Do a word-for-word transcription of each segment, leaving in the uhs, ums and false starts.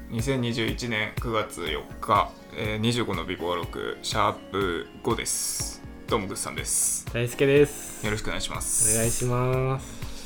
にせんにじゅういちねんくがつよっか、えー、にじゅうごの美貌録シャープごです。どうもぐっさんです。 大輔です。 よろしくお願いします。 お願いします。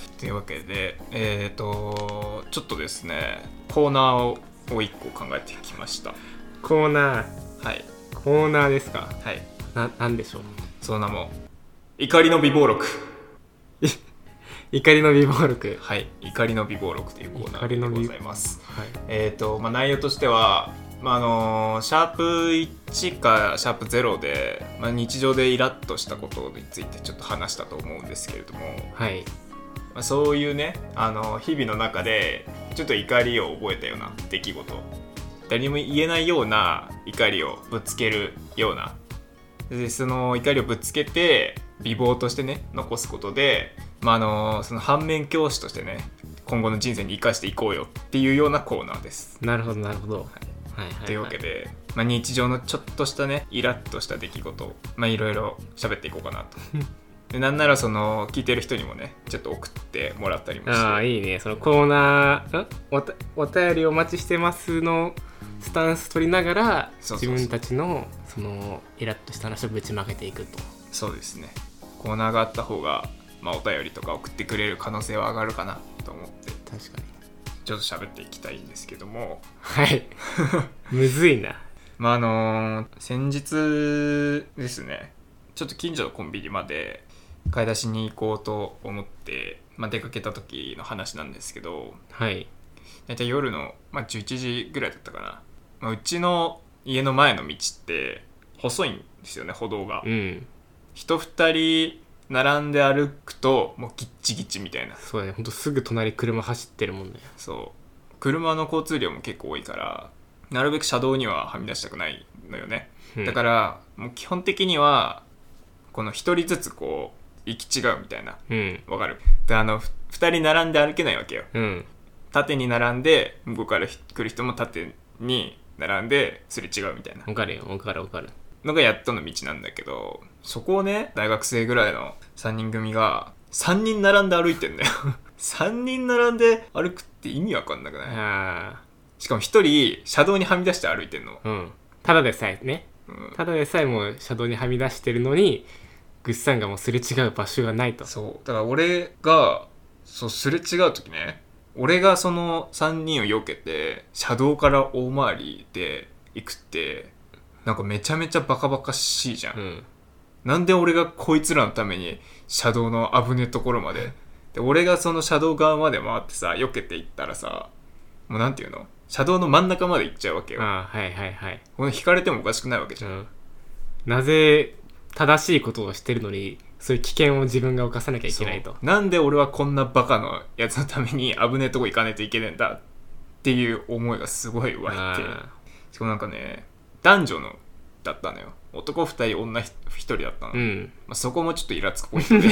というわけで、えーとちょっとですねコーナーをいっこ考えてきました。 コーナー。 はい。 コーナーですか。 はい。 な、なんでしょう。 その名も怒りの美貌録。 怒りの美貌録。 はい、怒りの美貌録というコーナーでございます。 はい、 えーと、まあ、内容としては、まああのシャープいちかシャープゼロで、まあ、日常でイラッとしたことについてちょっと話したと思うんですけれども、 はい、 まあ、そういうね、あの日々の中でちょっと怒りを覚えたような出来事、誰にも言えないような怒りをぶつけるような、でその怒りをぶつけて美貌としてね残すことで、まあ、あのその反面教師としてね今後の人生に生かしていこうよっていうようなコーナーです。 なるほどなるほど、はいはいはいはい、というわけで、まあ、日常のちょっとしたねイラッとした出来事をまあいろいろ喋っていこうかなとでなんならその聞いてる人にもねちょっと送ってもらったりもして、 ああいいね、そのコーナーん お, たお便りお待ちしてますのスタンス取りながら、そうそうそう、自分たちのそのイラッとした話をぶちまけていくと。 そうですね、コーナーがあった方が、まあ、お便りとか送ってくれる可能性は上がるかなと思って、 確かにちょっと喋っていきたいんですけども、 はいむずいな。 まああのー、先日ですね、ちょっと近所のコンビニまで買い出しに行こうと思って、まあ、出かけた時の話なんですけど、 はい、 だいたい夜の、まあ、じゅういちじぐらいだったかな、まあ、うちの家の前の道って細いんですよね、歩道が、 うん、 人ふたり並んで歩くともうギッチギチみたいな。 そうだね、ほんとすぐ隣車走ってるもんね。 そう車の交通量も結構多いからなるべく車道にははみ出したくないのよね、うん、だからもう基本的にはこのひとりずつこう行き違うみたいな、 うん、 わかる？であのふたり並んで歩けないわけよ、 うん、 縦に並んで向こうから来る人も縦に並んですれ違うみたいな。 わかるよ、わかるわかるのがやっとの道なんだけど、そこをね大学生ぐらいのさんにん組がさんにん並んで歩いてんだよさんにん並んで歩くって意味わかんなくない？ あしかもひとり車道にはみ出して歩いてんの、 うん、ただでさえね、うん、ただでさえもう車道にはみ出してるのにぐっさんがもうすれ違う場所がないと。 そうだから俺がそうすれ違う時ね、俺がそのさんにんを避けて車道から大回りで行くってなんかめちゃめちゃバカバカしいじゃん、うん、なんで俺がこいつらのために車道の危ねえところまでで俺がその車道側まで回ってさ避けていったらさ、もうなんていうの、車道の真ん中まで行っちゃうわけよ。 ああ、はいはいはい。 この引かれてもおかしくないわけじゃん、うん、 なぜ正しいことをしてるのにそういう危険を自分が犯さなきゃいけないと。 なんで俺はこんなバカのやつのために危ねえとこ行かないといけないんだっていう思いがすごい湧いて、しかもなんかね男女のだったのよ、男ふたり女ひとりだったの、うんまあ、そこもちょっとイラつくポイントで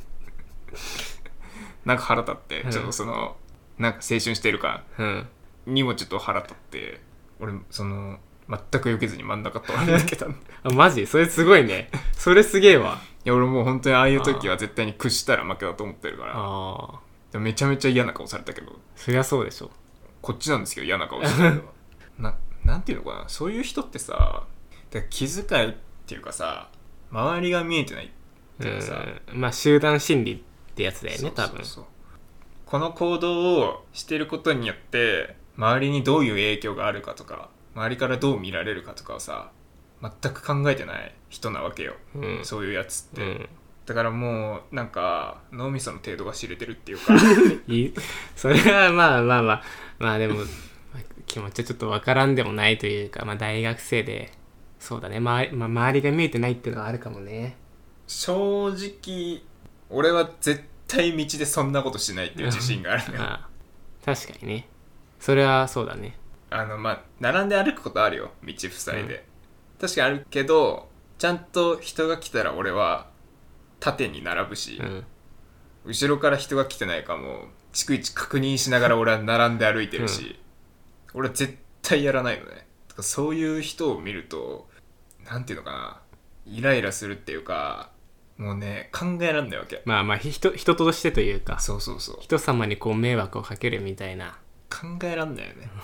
なんか腹立って、うん、ちょっとそのなんか青春してる感にもちょっと腹立って、俺その全く避けずに真ん中通り抜けたのあ、マジ？それすごいね。それすげえわ。 いや俺もう本当にああいう時は絶対に屈したら負けだと思ってるから、あでもめちゃめちゃ嫌な顔されたけど。 そりゃそうでしょ、 こっちなんですけど嫌な顔してるな, なんていうのかな、そういう人ってさ気遣いっていうかさ周りが見えてないっていうかさ、 うんまあ集団心理ってやつだよね。そうそうそう、多分そうこの行動をしてることによって周りにどういう影響があるかとか周りからどう見られるかとかをさ全く考えてない人なわけよ、うん、そういうやつって、うん、だからもうなんか脳みその程度が知れてるっていうかいいそれはまあまあまあまあでも気持ちはちょっとわからんでもないというか、まあ大学生でそうだね、まあ、まあ、周りが見えてないっていうのはあるかもね。 正直俺は絶対道でそんなことしないっていう自信があるのよああ確かにね、それはそうだね。 あのまあ並んで歩くことあるよ、道塞いで、うん、確かにあるけどちゃんと人が来たら俺は縦に並ぶし、うん、後ろから人が来てないかも逐一確認しながら俺は並んで歩いてるし、うん、俺は絶対やらないのね。だからそういう人を見るとなんていうのかな、イライラするっていうかもうね考えらんないわけ。 まあまあ 人, 人としてというか、 そうそうそう、 人様にこう迷惑をかけるみたいな考えらんないよね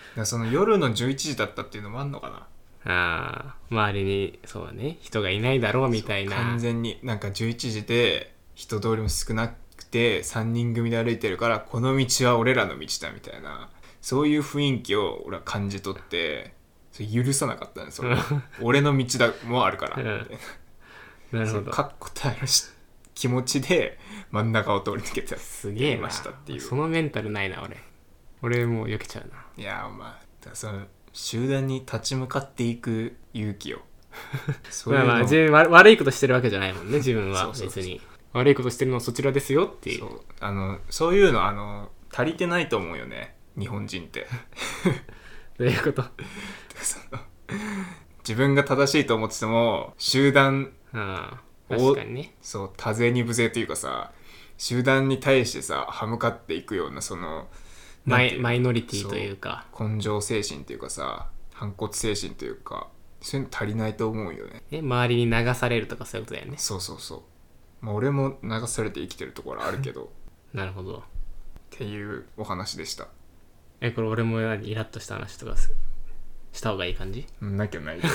らその夜のじゅういちじだったっていうのもあんのかな。 ああ、周りにそうだね、人がいないだろうみたいな。 完全になんかじゅういちじで人通りも少なくてさんにん組で歩いてるから、この道は俺らの道だみたいな、そういう雰囲気を俺は感じ取って、それ許さなかったね。それ俺の道だもあるから、うん、 なるほど。 確固たる気持ちで真ん中を通り抜けてすげえましたっていう。そのメンタルないな俺。俺もう避けちゃうな。 いやまあその集団に立ち向かっていく勇気をそういうのまあまあ自分悪いことしてるわけじゃないもんね、自分は。別にそうそうそう、悪いことしてるのはそちらですよっていう。 そうあのそういうのあの足りてないと思うよね、日本人ってどういうことその自分が正しいと思ってても集団を、確かにね、 そう多勢に無勢というかさ、集団に対してさ歯向かっていくようなそのマイ、マイノリティというか根性精神というかさ、反骨精神というか、そういうの足りないと思うよね。 え周りに流されるとかそういうことだよね。 そうそうそう、まあ、俺も流されて生きてるところあるけどなるほどっていうお話でした。 えこれ俺もイラッとした話とかした方がいい感じ？ なきゃない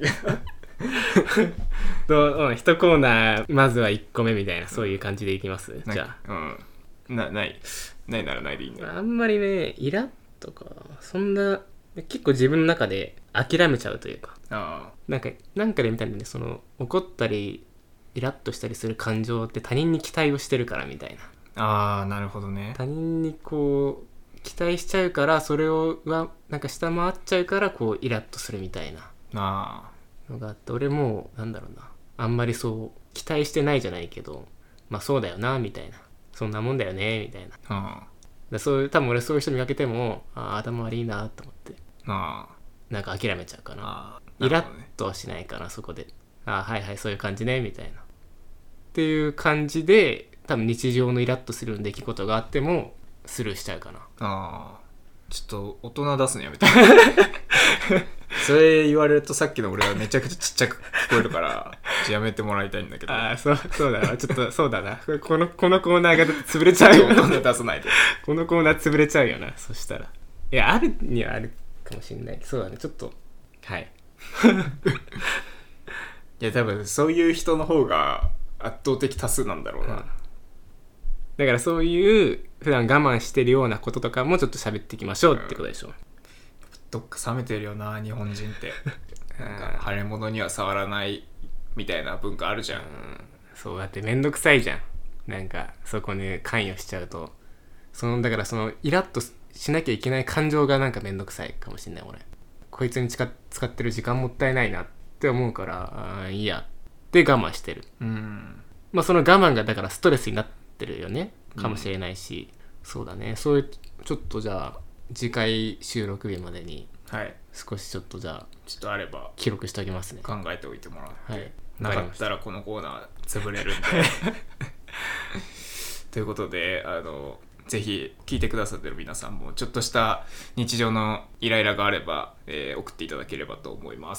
どう、うん、一コーナーまずはいっこめみたいな、そういう感じでいきます、うん、じゃあうんなないないならないでいいんだよ。 あんまりねイラッとかそんな結構自分の中で諦めちゃうというか、 あなんかなんかで見たんでね、その怒ったりイラッとしたりする感情って他人に期待をしてるからみたいな。ああなるほどね。 他人にこう期待しちゃうから、それをはなんか下回っちゃうからこうイラッとするみたいなあのがあって、俺もなんだろうな、あんまりそう期待してないじゃないけど、まあそうだよなみたいな、そんなもんだよねみたいな。 あだそういう多分俺そういう人見かけても、ああ頭悪いなと思ってあなんか諦めちゃうかな。 あイラッとはしないかなそこで。ああはいはいそういう感じねみたいなっていう感じで、多分日常のイラッとする出来事があってもスルーしちゃうかな。 ああちょっと大人出すのやめてそれ言われるとさっきの俺はめちゃくちゃちっちゃく聞こえるからやめてもらいたいんだけど。 ああそうそうだなちょっとそうだなこのこのコーナーが潰れちゃうよ大人出さないでこのコーナー潰れちゃうよな。そしたらいやあるにはあるかもしれない。そうだねちょっとはいいや多分そういう人の方が圧倒的多数なんだろうな、うん、 だからそういう普段我慢してるようなこととかもちょっと喋っていきましょうってことでしょ、うん、 どっか冷めてるよな日本人ってなんか腫れ物には触らないみたいな文化あるじゃん、うん、 そうだってめんどくさいじゃん。なんかそこに関与しちゃうと、そのだからそのイラッとしなきゃいけない感情がなんかめんどくさいかもしれない。俺こいつに使ってる時間もったいないなって思うから、あいいやって我慢してる。 うんまあその我慢がだからストレスになってるよねかもしれないし、うん、そうだね。そういうちょっとじゃあ次回収録日までに少しちょっとじゃあちょっとあれば記録しておきますね。 考えておいてもらって、 はい、 なかったらこのコーナー潰れるんでということであのぜひ聞いてくださってる皆さんもちょっとした日常のイライラがあれば、えー、送っていただければと思います。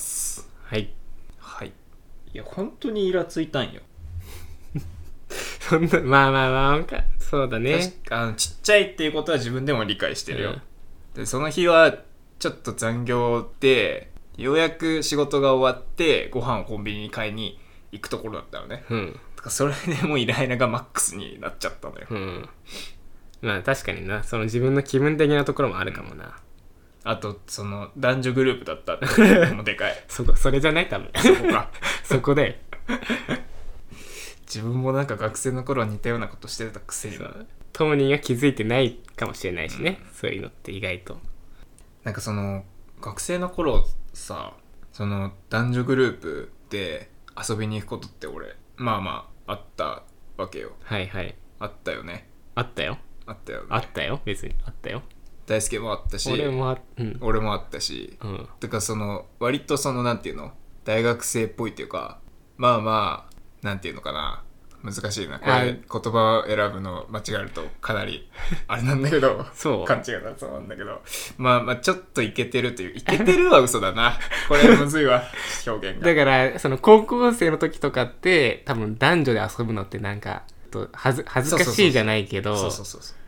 はいはい。いや本当にイラついたんよそんなまあまあまあそうだね。 あのちっちゃいっていうことは自分でも理解してるよ、うん、でその日はちょっと残業でようやく仕事が終わってご飯をコンビニに買いに行くところだったのね、 うん、 だからそれでもうイライラがマックスになっちゃったのよ、 うん、まあ確かにな、その自分の気分的なところもあるかもな、うん、 あとその男女グループだったっていうのもでかいそこそれじゃない多分そこかそこで自分もなんか学生の頃は似たようなことしてたくせに当人が気づいてないかもしれないしね、うん、そういうのって意外となんかその学生の頃さ、その男女グループで遊びに行くことって俺まあまああったわけよ。 はいはいあったよね。 あったよあったよね。 あったよ別にあったよ。 大輔もあったし俺もあ、うん、 俺もあったし、 うん、 てかその割とそのなんていうの大学生っぽいっていうかまあまあなんていうのかな、難しいなこれ言葉を選ぶの間違えるとかなりあれなんだけどそう勘違いだそうなんだけどまあまあちょっとイケてるというイケてるは嘘だなこれむずいわ表現が。 だからその高校生の時とかって多分男女で遊ぶのってなんかと恥ず恥ずかしいじゃないけどそうそうそうそう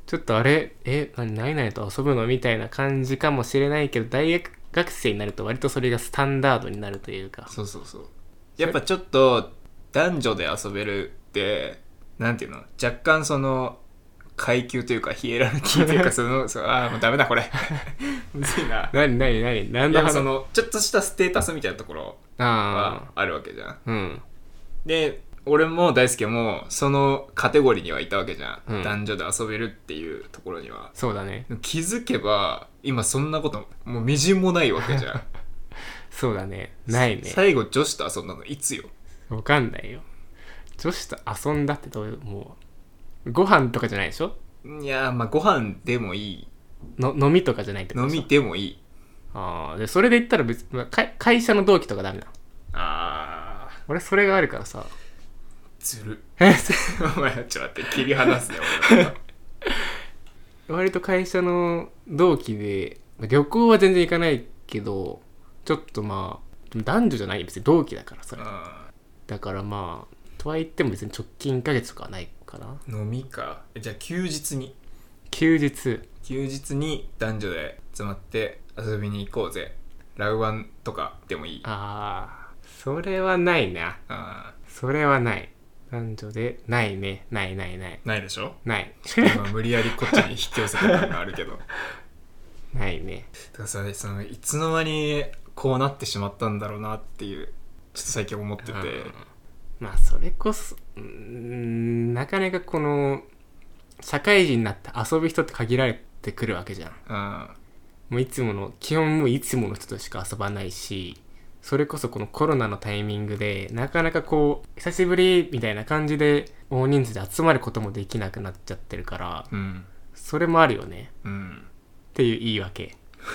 ちょっとあれえ何々々と遊ぶのみたいな感じかもしれないけど、大学学生になると割とそれがスタンダードになるというか。 そうそうそう。やっぱちょっと男女で遊べるってなんていうの、若干その階級というかヒエラルキーというかそのそああもうダメだこれむずいな。 何何何何の話。そのちょっとしたステータスみたいなところはああるわけじゃん。 うん。 で俺も大輔もそのカテゴリーにはいたわけじゃん、 うん、 男女で遊べるっていうところには。 そうだね。 気づけば今そんなこともうみじんもないわけじゃんそうだね。ないね。 最後女子と遊んだのいつよ。 わかんないよ。女子と遊んだってどういう、もうご飯とかじゃないでしょ。 いやまあご飯でもいいの飲みとかじゃないってことでしょ。飲みでもいい。 ああ、でそれで言ったら別に会社の同期とかダメなの。 ああ俺それがあるからさ。 ずるえお前ちょっと待って切り離すね俺は割と会社の同期で旅行は全然行かないけど、ちょっとまあ男女じゃない、別に同期だからそれ。だからまあとは言っても別に直近いっかげつとかはないかな。 飲みか。じゃあ休日に休日休日に男女で集まって遊びに行こうぜ、ラウワンとかでもいい。 ああそれはないな。 あそれはない。男女でないね。ないないないないでしょ。 ない今無理やりこっちに引き寄せた感があるけどないね。 だからさ、そのいつの間にこうなってしまったんだろうなっていうちょっと最近思ってて、 まあそれこそうーんなかなかこの社会人になって遊ぶ人って限られてくるわけじゃん。 あもういつもの基本もういつもの人としか遊ばないし、それこそこのコロナのタイミングでなかなかこう久しぶりみたいな感じで大人数で集まることもできなくなっちゃってるから、 うん、 それもあるよね、 うん、 っていう言い訳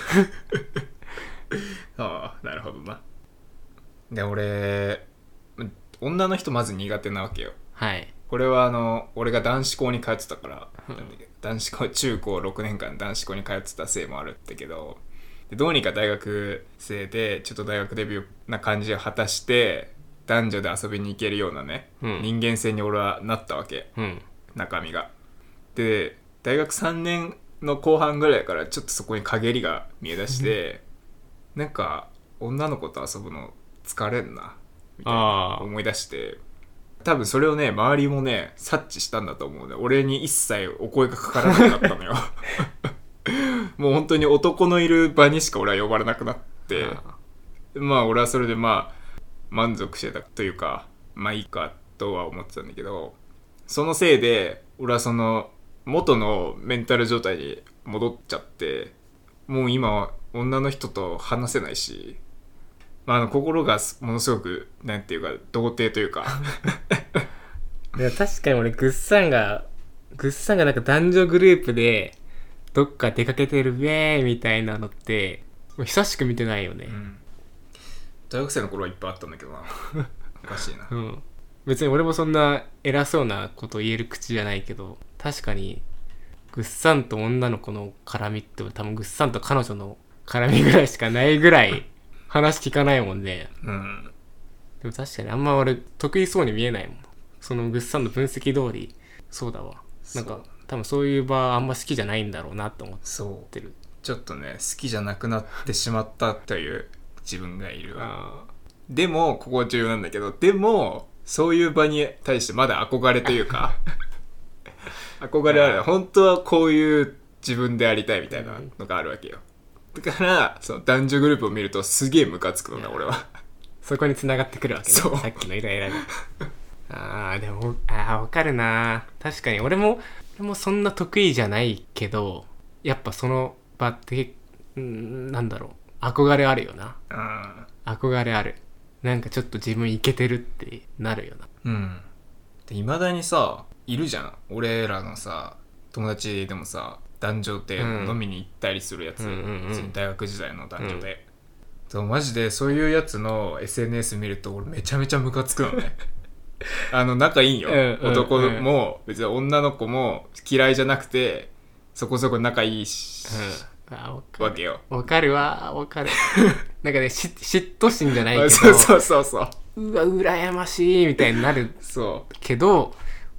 ああなるほどな。で俺女の人まず苦手なわけよ。 はい。 これはあの俺が男子校に通ってたから男子校中高ろくねんかん男子校に通ってたせいもあるんだけど、でどうにか大学生でちょっと大学デビューな感じを果たして男女で遊びに行けるようなね、うん、人間性に俺はなったわけ、うん、中身が。で大学さんねんの後半ぐらいからちょっとそこに陰りが見えだして、うん、なんか女の子と遊ぶの疲れんなみたいな思い出して、多分それをね周りもね察知したんだと思うね。俺に一切お声がかからなかったのよもう本当に男のいる場にしか俺は呼ばれなくなって、まあ俺はそれでまあ満足してたというか、まあいいかとは思ってたんだけど、そのせいで俺はその元のメンタル状態に戻っちゃって、もう今は女の人と話せないし、まあ、あの心がものすごくなんていうか童貞というかいや確かに俺グッサンがグッサンがなんか男女グループでどっか出かけてるウェーみたいなのってもう久しく見てないよね、うん、 大学生の頃はいっぱいあったんだけどなおかしいな、 うん、別に俺もそんな偉そうなこと言える口じゃないけど、確かにグッサンと女の子の絡みって多分グッサンと彼女の絡みぐらいしかないぐらい話聞かないもんね、うん、でも確かにあんま俺得意そうに見えないもん。そのグッサンの分析通りそうだわ。なんか多分そういう場あんま好きじゃないんだろうなと思ってる。 ちょっとね好きじゃなくなってしまったという自分がいる。あでもここ重要なんだけど、でもそういう場に対してまだ憧れというか憧れある。本当はこういう自分でありたいみたいなのがあるわけよ。だからその男女グループを見るとすげえムカつくのね俺は。 そこに繋がってくるわけね、さっきのイライラがあーでもあー分かるな。確かに俺も俺もそんな得意じゃないけど、やっぱその場ってんなんだろう、憧れあるよな。あ憧れある。なんかちょっと自分イケてるってなるよな。 うんで未だにさいるじゃん俺らのさ友達でもさ、男女で飲みに行ったりするやつ、うん、普通に大学時代の男女で、うん、そうマジでそういうやつの エスエヌエス 見ると俺めちゃめちゃムカつくのねあの仲いいんよ、うん、男も別に女の子も嫌いじゃなくてそこそこ仲いいし、うん、あわけよ。 わかるわわかるなんかねし嫉妬心じゃないけどそうそうそうそううわ羨ましいみたいになるそうけど、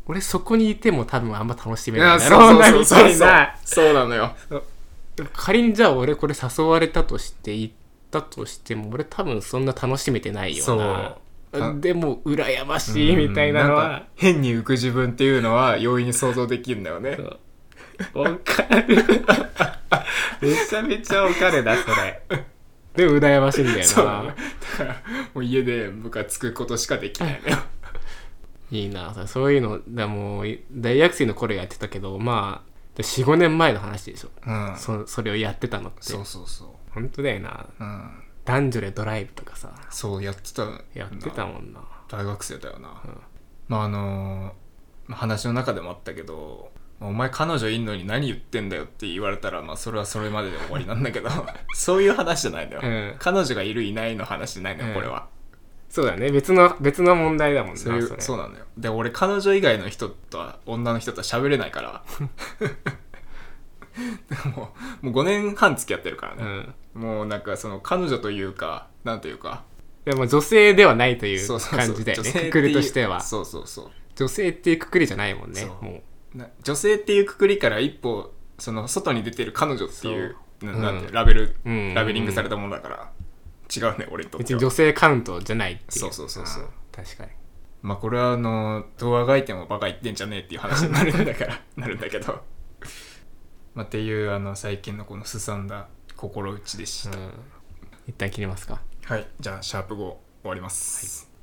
俺そこにいても多分あんま楽しめいやないだろうなみそうそうそうそうたいな。 そうなのよ。 仮にじゃあ俺これ誘われたとして行ったとしても俺多分そんな楽しめてないよな。 そうでも羨ましいみたいなのは、 んか変に浮く自分っていうのは容易に想像できるんだよね。 わかるめちゃめちゃわかるなそれ。でも羨ましいんだよな。 そうだね。だからもう家でムカつくことしかできないのよ。 いいなそういうの。だもう大学生の頃やってたけどまあ よん,ご 年前の話でしょ、うん、そ, それをやってたのって。 そうそうそう、 本当だよな、 うん、 男女でドライブとかさ。 そうやってたやってたもんな。 大学生だよな、うん、まああのー、話の中でもあったけどお前彼女いんのに何言ってんだよって言われたらまあそれはそれまでで終わりなんだけどそういう話じゃないんだよ、うん、彼女がいるいないの話じゃないんだよ、うん、これは。そうだね、別の別の問題だもんな。そういう、それそうなんだよ。で俺彼女以外の人とは女の人とは喋れないからでももうごねんはん付き合ってるからね、うん、もうなんかその彼女というかなんというかいやもう女性ではないという感じだよね。くくりとしてはそうそうそう、女性っていうくくりじゃないもんね。もうな女性っていうくくりから一歩その外に出てる彼女っていうな、なんて、うん、ラベル、うん、ラベリングされたものだから、違うね俺にとっては。別に女性カウントじゃないっていう。そうそうそうそう、確かに。まあこれはあのどうあがいてもバカ言ってんじゃねえっていう話になるんだからなるんだけどまあっていうあの最近のこのすさんだ心打ちでした、うん、一旦切りますか。はい、じゃあシャープご終わります、はい。